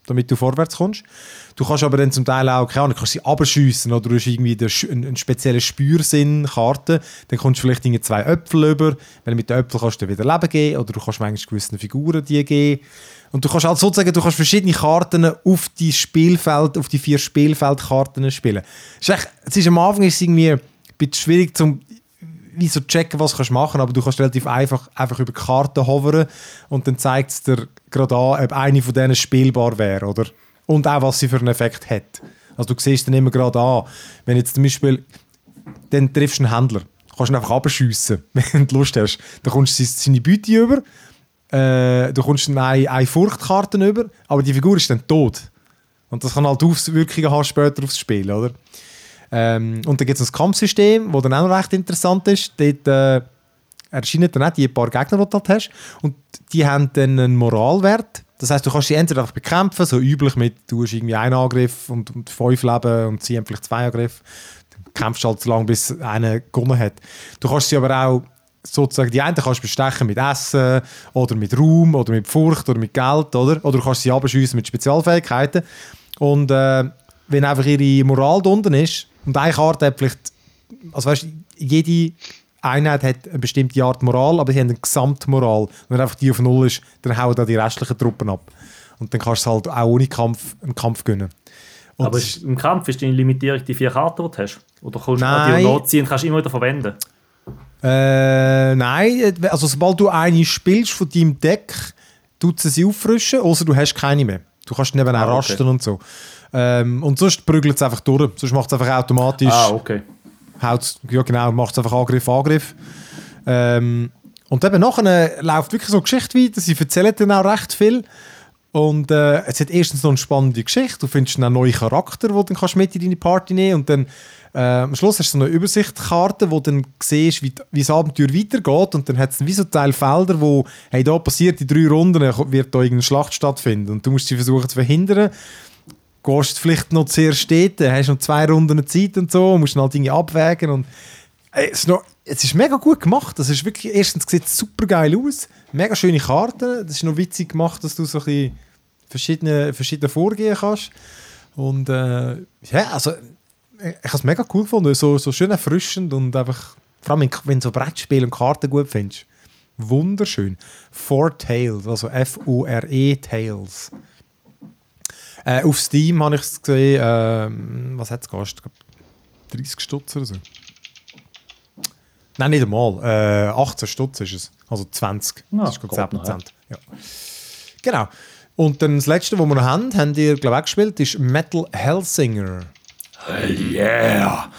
damit du vorwärts kommst. Du kannst aber dann zum Teil auch, keine Ahnung, kannst sie abschiessen oder du hast irgendwie einen, einen speziellen Spürsinn-Karte, dann kommst du vielleicht irgendwie zwei Äpfel über, weil mit den Äpfeln kannst du wieder Leben geben oder du kannst manchmal gewissen Figuren die geben. Und du kannst halt sozusagen, du kannst verschiedene Karten auf die Spielfeld, auf die vier Spielfeldkarten spielen. Es ist, echt, es ist am Anfang ist es irgendwie ein bisschen schwierig zum wie so checken, was du machen kannst, aber du kannst relativ einfach, einfach über Karten hovern und dann zeigt es dir gerade an, ob eine von denen spielbar wäre, oder? Und auch, was sie für einen Effekt hat. Also du siehst dann immer gerade an, wenn jetzt zum Beispiel, dann triffst du einen Händler, kannst ihn einfach abschiessen, wenn du Lust hast. Dann kommst du seine Beute über, äh, du kommst dann eine, eine Furchtkarte über, aber die Figur ist dann tot. Und das kann halt Auswirkungen haben später aufs Spiel, oder? Ähm, und dann gibt es ein Kampfsystem, das dann auch noch recht interessant ist. Dort äh, erscheinen dann auch die paar Gegner, die du halt hast. Und die haben dann einen Moralwert. Das heisst, du kannst sie entweder einfach bekämpfen, so üblich mit, du hast irgendwie einen Angriff und, und fünf Leben und sie haben vielleicht zwei Angriffe. Dann kämpfst du halt so lange, bis einer gewonnen hat. Du kannst sie aber auch sozusagen, die einen kannst du bestechen mit Essen oder mit Raum oder mit Furcht oder mit Geld, oder? Oder du kannst sie abschiessen mit Spezialfähigkeiten. Und äh, wenn einfach ihre Moral da unten ist, und eine Karte hat vielleicht, also weißt, jede Einheit hat eine bestimmte Art Moral, aber sie haben eine Gesamtmoral. Und wenn einfach die auf Null ist, dann hauen da die restlichen Truppen ab. Und dann kannst du halt auch ohne Kampf einen Kampf gewinnen. Und
aber ist, im Kampf ist die Limitierung die vier Karten, die du hast? Oder kannst
nein.
du die nachziehen und kannst immer wieder verwenden?
Äh, nein, also sobald du eine spielst von deinem Deck, tut sie sie auffrischen, außer du hast keine mehr. Du kannst dann eben auch ah, okay. rasten und so. Ähm, und sonst prügelt es einfach durch. Sonst macht es einfach automatisch.
Ah, okay.
Haut's, ja, genau, macht es einfach Angriff, Angriff. Ähm, und eben nachher äh, läuft wirklich so eine Geschichte weiter. Sie erzählen dann auch recht viel. Und äh, es hat erstens noch eine spannende Geschichte. Du findest einen neuen Charakter, den du dann mit in deine Party nehmen kannst. Und dann äh, am Schluss hast du so eine Übersichtskarte, wo du dann siehst, wie, wie das Abenteuer weitergeht. Und dann hat es wie so Teil Felder, wo hey, da passiert in drei Runden, wird da irgendeine Schlacht stattfinden. Und du musst sie versuchen zu verhindern. Gehst vielleicht noch zuerst stehen, hast noch zwei Runden Zeit und so, musst dann halt Dinge abwägen. Und, ey, es, ist noch, es ist mega gut gemacht. Das ist wirklich, erstens sieht es super geil aus. Mega schöne Karten. Das ist noch witzig gemacht, dass du so ein bisschen verschiedene, verschiedene vorgehen kannst. Und äh, ja, also ich habe es mega cool gefunden. So, so schön erfrischend und einfach, vor allem wenn du so Brettspiele und Karten gut findest. Wunderschön. Four Tales, also F O R E Tales. Äh, auf Steam habe ich es gesehen, äh, was hat es gekostet? dreißig Stutz oder so. Nein, nicht einmal. Äh, achtzehn Stutz ist es. Also zwanzig. Ja, das ist gut zehn Prozent. Ja. Genau. Und dann das letzte, was wir noch haben, haben ihr, glaube ich, auch gespielt, ist Metal Hellsinger.
Yeah!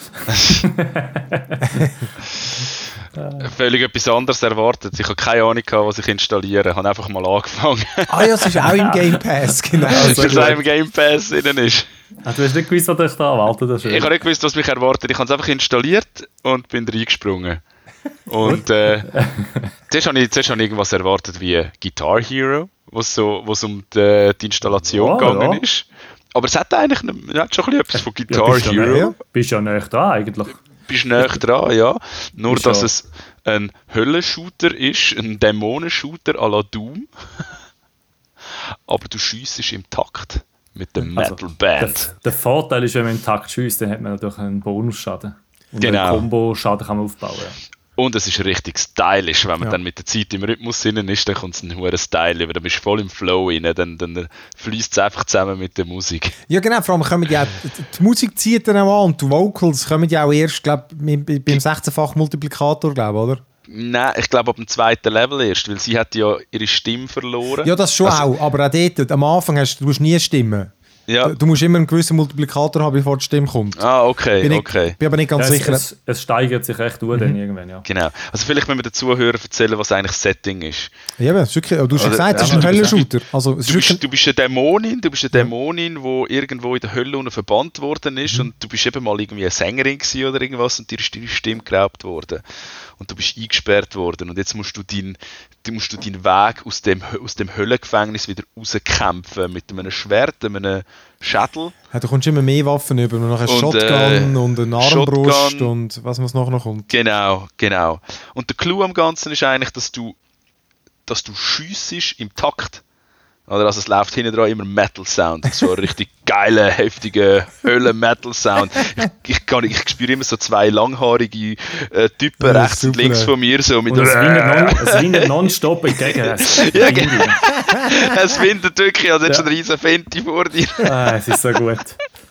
Völlig etwas anderes erwartet. Ich habe keine Ahnung, was ich installieren. Ich habe einfach mal angefangen.
Ah ja, es ist auch im Game Pass, genau.
Dass es auch im Game Pass drin ist.
Ah, du hast nicht gewusst, was dich da erwartet?
Ich habe nicht gewusst, was mich erwartet. Ich habe es einfach installiert und bin reingesprungen. Und äh, zuerst habe ich, zuerst habe ich irgendwas erwartet wie Guitar Hero, wo es so, um die, die Installation oh, gegangen ja. ist. Aber es hat eigentlich nicht, hat schon ein bisschen etwas von Guitar
ja, bist
Hero.
Ja, bist ja näher dran eigentlich.
Bist näher dran, ja. Nur, bist dass ja. es ein Höllenshooter ist, ein Dämonenshooter à la Doom. Aber du schiessest im Takt mit dem Metal also, Band.
Der, der Vorteil ist, wenn man im Takt schiesst, dann hat man natürlich einen Bonusschaden. Und
genau.
einen Kombo-Schaden kann man aufbauen. Ja.
Und es ist richtig stylisch, wenn man
ja.
dann mit der Zeit im Rhythmus drin ist, dann kommt es ein hoher Style über, dann bist du voll im Flow rein, dann, dann fließt es einfach zusammen mit der Musik.
Ja genau, vor allem kommen die, auch, die Musik zieht dann auch an und die Vocals kommen ja auch erst, glaube ich, beim sechzehnfach Multiplikator, glaube ich, oder?
Nein, ich glaube ab dem zweiten Level erst, weil sie hat ja ihre Stimme verloren.
Ja, das schon also, auch, aber auch dort, am Anfang hast du nie Stimme. Ja. Du, du musst immer einen gewissen Multiplikator haben, bevor die Stimme kommt.
Ah, okay,
bin ich,
okay.
Bin aber nicht ganz
ja,
sicher.
Es, es, es steigert sich echt durch, mhm. dann irgendwann, ja.
Genau. Also vielleicht müssen wir den Zuhörern erzählen, was eigentlich das Setting ist.
Ja, das ist wirklich, du hast schon gesagt, es ist ein Höllenshooter. Also,
du, bist, du bist eine Dämonin, du bist eine Dämonin, die irgendwo in der Hölle verbannt worden ist mhm. und du bist eben mal irgendwie eine Sängerin gewesen oder irgendwas und dir ist deine Stimme geraubt worden. Und du bist eingesperrt worden und jetzt musst du deinen musst du deinen Weg aus dem, aus dem Höllengefängnis wieder rauskämpfen mit einem Schwert, einem Schädel.
Ja, du kommst immer mehr Waffen über, und nachher und, Shotgun äh, und eine Armbrust Shotgun. Und was noch noch kommt.
Genau, genau. Und der Clou am Ganzen ist eigentlich, dass du, dass du schiessest im Takt. Oder? Also es läuft hinten dran immer Metal-Sound. So ein richtig geiler, heftiger Hölle-Metal-Sound. Ich, ich, kann, ich spüre immer so zwei langhaarige äh, Typen ja, rechts super, und links von mir. So mit
und es windet, windet nonstop entgegen.
Ja, genau. Es windet wirklich, als hättest du ja. einen riesen Fenty vor dir.
Ah, es ist so gut.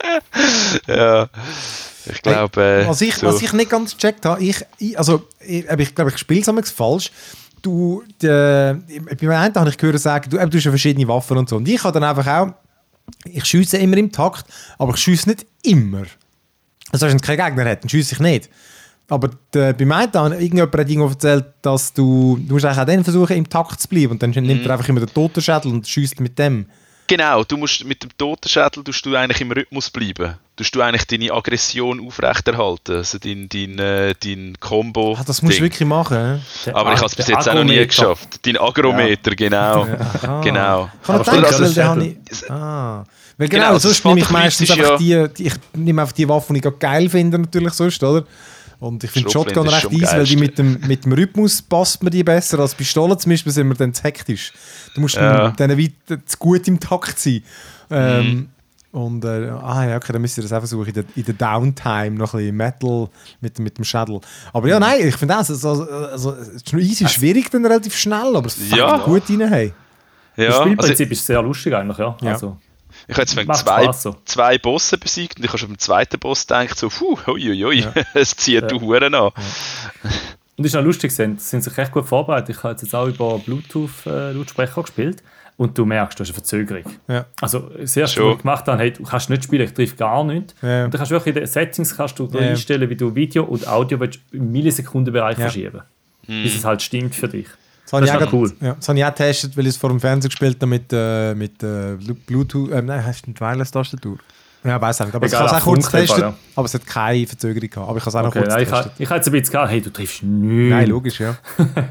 Ja, ich glaube... Äh,
was, ich,
so.
was ich nicht ganz gecheckt habe, ich, ich, also, ich, ich glaube, ich spiele es falsch. Du, de, bei einem habe ich gehört sagen, du, du hast ja verschiedene Waffen und so. Und ich habe dann einfach auch, ich schiesse immer im Takt, aber ich schiesse nicht immer. Also wenn es keinen Gegner hat, dann schiesse ich nicht. Aber de, bei meinem hat irgendjemand hat irgendwo erzählt, dass du, du musst eigentlich auch dann versuchen, im Takt zu bleiben. Und dann mm. nimmt er einfach immer den Totenschädel und schiesst mit dem.
Genau, du musst mit dem Totenschädel tust du eigentlich im Rhythmus bleiben. Tust du eigentlich deine Aggression aufrechterhalten, also dein, dein, äh, dein Combo.
Ah, das musst du wirklich machen.
Der Aber ich habe es bis jetzt auch noch nie geschafft. Dein Agrometer, ja. genau.
Ja.
genau.
Ich habe gedacht, weil der habe ich... Ah. Weil genau, genau sonst nehme ich meistens einfach die, die, ich nehme einfach die Waffen, die ich geil finde, natürlich sonst, oder? Und ich finde Shotgun recht easy, weil die mit dem, mit dem Rhythmus passt mir die besser. Als Pistole zum Beispiel sind wir dann zu hektisch. Du musst ja. dann weiter zu gut im Takt sein. Ähm, mhm. Und äh, ah ja, okay, dann müsst ihr das einfach versuchen, in der, in der Downtime noch ein bisschen Metal mit, mit dem Schädel. Aber ja, nein, ich finde das, also, also, es ist easy, also, schwierig dann relativ schnell, aber es fängt ja. gut rein. Hey.
Ja. Das Spielprinzip also, ist sehr lustig eigentlich, ja. ja. Also.
Ich habe jetzt zwei, so. zwei Bosse besiegt und ich habe schon beim zweiten Boss gedacht, so, puh, uiuiui, ja. es zieht ja. du Huren an.
Ja. Und es ist auch lustig, sie sind sich recht gut vorbereitet. Ich habe jetzt auch über Bluetooth-Lautsprecher äh, gespielt und du merkst, du hast eine Verzögerung. Ja. Also, das erste, was ich gemacht habe, hey, du kannst nicht spielen, ich treffe gar nichts. Ja. Und dann kannst du wirklich in den Settings kannst du ja. einstellen, wie du Video und Audio im Millisekundenbereich ja. verschieben. Mhm. Bis es halt stimmt für dich.
Das, das ist cool. Ja, das habe ich auch getestet, weil ich es vor dem Fernseher gespielt habe mit, äh, mit äh, Bluetooth, äh, nein, hast du eine Wireless-Tastatur? Ja, weiß nicht. Aber Egal, ich habe es auch kurz getestet, ja. aber es hat keine Verzögerung gehabt. Aber ich habe es auch okay, noch kurz
nein,
getestet.
Ich, ich habe jetzt ein bisschen gehabt, hey, du triffst nichts.
Nein, logisch, ja.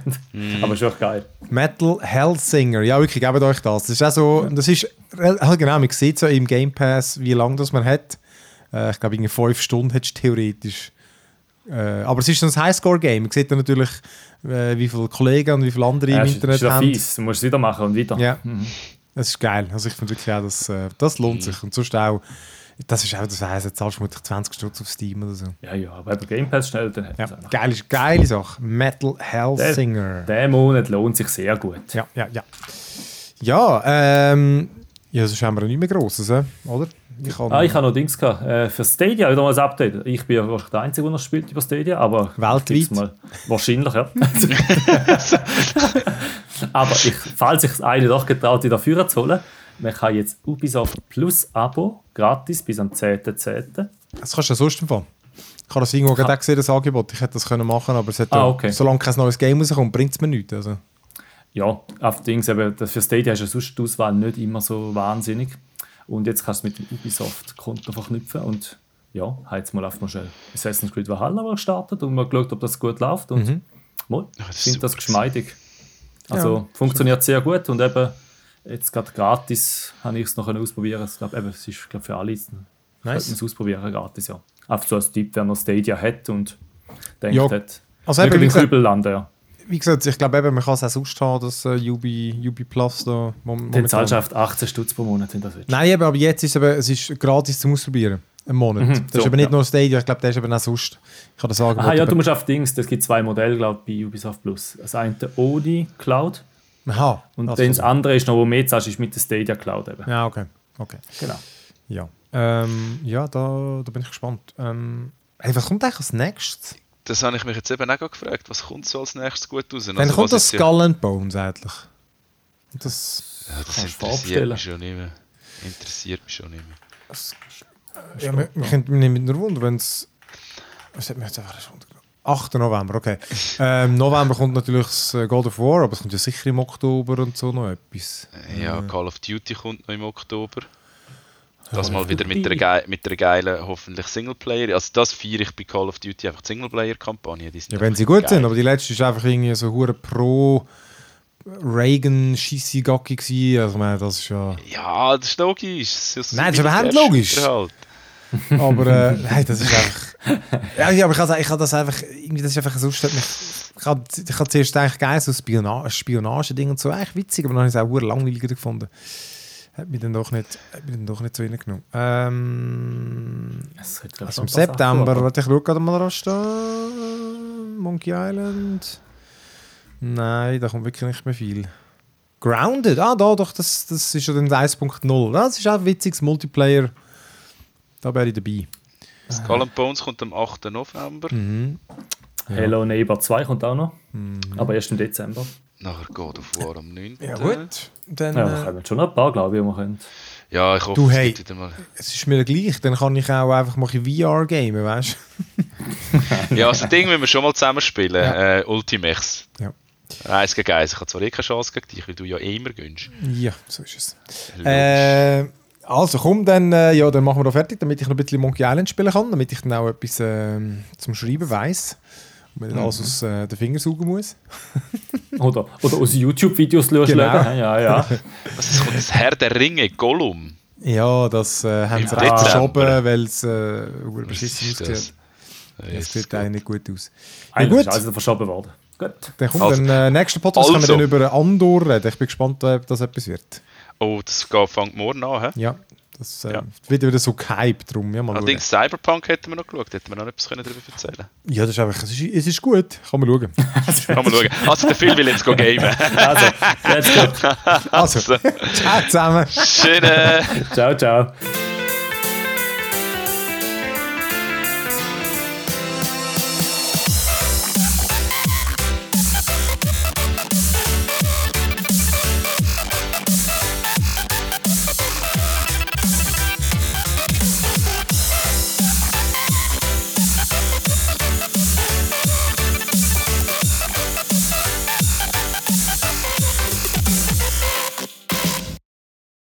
Aber ist auch geil.
Metal Hellsinger, ja wirklich, gebt euch das. Das ist auch so, das ist, genau, man sieht so im Game Pass, wie lange das man hat. Äh, ich glaube, in fünf Stunden hättest du theoretisch. Äh, aber es ist so ein Highscore-Game. Man sieht dann natürlich, äh, wie viele Kollegen und wie viele andere ja, im Internet
ist
haben.
Fies. Du musst es wieder machen und wieder.
Ja, mhm. Das ist geil. Also ich finde wirklich auch, das, äh, das lohnt sich. Und sonst auch, das ist auch, das heisst, jetzt zahlst du zwanzig Stutz auf Steam oder so.
Ja, ja, aber bei Game Pass schnell, dann
ja, geile, geile Sache. Metal Hellsinger.
Der, der Monat lohnt sich sehr gut.
Ja, ja, ja. Ja, ähm, ja, sonst haben wir nicht mehr Grosses, oder?
Ich habe ah, ich noch Dings gehabt. Äh, für Stadia wieder mal ein Update. Ich bin ja wahrscheinlich der Einzige, der noch spielt über Stadia, aber
weltweit
mal. Wahrscheinlich, ja. Aber ich, falls ich es eine doch getraut, die dafür zu holen, man kann jetzt Ubisoft Plus Abo gratis bis am zehnten zehnten
Das kannst du ja sonst empfangen. Ich habe das irgendwo gerade auch gesehen, das Angebot. Ich hätte das können machen, aber es hat
ah,
ja,
okay.
solange kein neues Game rauskommt, bringt es mir nichts. Also.
Ja, auf Dings eben, für Stadia ist ja sonst die Auswahl nicht immer so wahnsinnig. Und jetzt kannst du mit dem Ubisoft-Konto verknüpfen und ja, habe jetzt mal auf mal schnell Assassin's Creed Valhalla gestartet und mal geschaut, ob das gut läuft und mhm. mal, ich finde das geschmeidig. Also ja, funktioniert sehr gut und eben jetzt gerade gratis habe ich es noch ausprobieren. Ich glaube, eben, es ist glaub, für alle nice. Man es ausprobieren, gratis, ja. Einfach so als Tipp, wenn man Stadia hat und denkt,
ja.
hat,
also eben,
in den Kübel landen, ja.
Wie gesagt, ich glaube eben, man kann es auch sonst haben, das äh, Ubi, Ubi Plus da.
Den zahlst du auf achtzehn Stutz pro Monat, wenn das willst.
Nein, eben, aber jetzt ist es, es ist gratis zum Ausprobieren. Ein Monat. Mhm, das so, ist aber nicht ja. nur Stadia, ich glaube, der ist eben auch sonst. Ich kann das sagen.
Aha, ja, du musst auf Dings, es gibt zwei Modelle, glaube ich, bei Ubisoft Plus. Das eine O D I Cloud.
Aha.
Und also. Das andere ist noch, wo mehr zahlst, ist mit der Stadia Cloud eben.
Ja, okay. okay.
Genau.
Ja, ähm, ja da, da bin ich gespannt. Ähm, hey, was kommt eigentlich als nächstes?
Das habe ich mich jetzt eben auch gefragt. Was kommt so als nächstes gut raus?
Dann also, kommt das Skull and Bones eigentlich. Das,
ja, das interessiert mich schon nicht mehr. Interessiert mich schon nicht mehr.
Das, äh, ja, wir, wir können mich nicht nur wundern, wenn es... Was hat mir jetzt einfach achten November, okay. Ähm, November kommt natürlich das God of War, aber es kommt ja sicher im Oktober und so noch etwas.
Ja, Call of Duty kommt noch im Oktober. Das mal wieder mit einer, Ge- mit einer geilen, hoffentlich Singleplayer. Also das feiere ich bei Call of Duty einfach die Singleplayer-Kampagne.
Ja, wenn sie gut geil. sind, aber die letzte ist einfach irgendwie so hure pro Reagan Schissigacki gsi. Also meine, das ist ja...
Ja, das ist logisch. Das ist
Nein, das ist überhaupt logisch. Halt. Aber äh, nein, das ist einfach... Ja, ja aber ich habe ich hab das einfach... Irgendwie, das ist einfach so... Mich, ich habe ich hab zuerst eigentlich geil, so Spionage, Spionage-Ding und so, eigentlich witzig, aber dann habe ich es auch langweiliger gefunden. Hat mich dann doch nicht, hat mich dann doch nicht so reingenommen. Ähm, also im September, warte, ich schaue gerade mal raus da. Monkey Island. Nein, da kommt wirklich nicht mehr viel. Grounded, ah da, doch, das, das ist ja dann eins Punkt null. Das ist auch ein witziges Multiplayer. Da wäre ich dabei.
Skull and Bones kommt am achten November.
Mhm.
Ja. Hello Neighbor zwei kommt auch noch.
Mhm.
Aber erst im Dezember.
Nachher God of War am neunten
Ja gut. Dann,
ja, wir haben schon ein paar, glaube ich, die wir können.
Ja, ich hoffe,
du,
es
hey,
gibt wieder mal.
Es ist mir gleich, dann kann ich auch einfach mal in V R gamen, weißt
du? Ja, also das Ding, wenn wir schon mal zusammen spielen, ja. äh, Ultimax.
Ja.
Eins gegen eins. Ich habe zwar eh keine Chance gegen dich, weil du ja eh immer gönnst.
Ja, so ist es. Äh, also komm, dann, äh, ja, dann machen wir da fertig, damit ich noch ein bisschen Monkey Island spielen kann, damit ich dann auch etwas äh, zum Schreiben weiss. Und man alles aus äh, den Fingern saugen muss.
oder, oder aus YouTube-Videos löschen.
Genau.
Ja, ja.
Was kommt das Herr der Ringe, Gollum?
Ja, das äh, haben sie recht verschoben, weil es äh, beschissen aussieht. Das sieht eigentlich nicht gut aus.
Eigentlich ist also verschoben worden. Gut.
Dann kommt also, dann, äh, nächsten Podcast also. können wir dann über Andor reden. Ich bin gespannt, ob das etwas wird.
Oh, das geht, fängt morgen an, hä?
Ja, das äh,
ja.
wird wieder so gehypt drum. Ja,
allerdings Cyberpunk hätten wir noch geschaut, hätten wir noch etwas darüber erzählen können.
Ja, das ist einfach, es ist, es ist gut, kann man schauen.
kann man schauen. Also der Phil will jetzt gamen.
Also, let's go.
Also, ciao zusammen.
Schöne.
Ciao, ciao.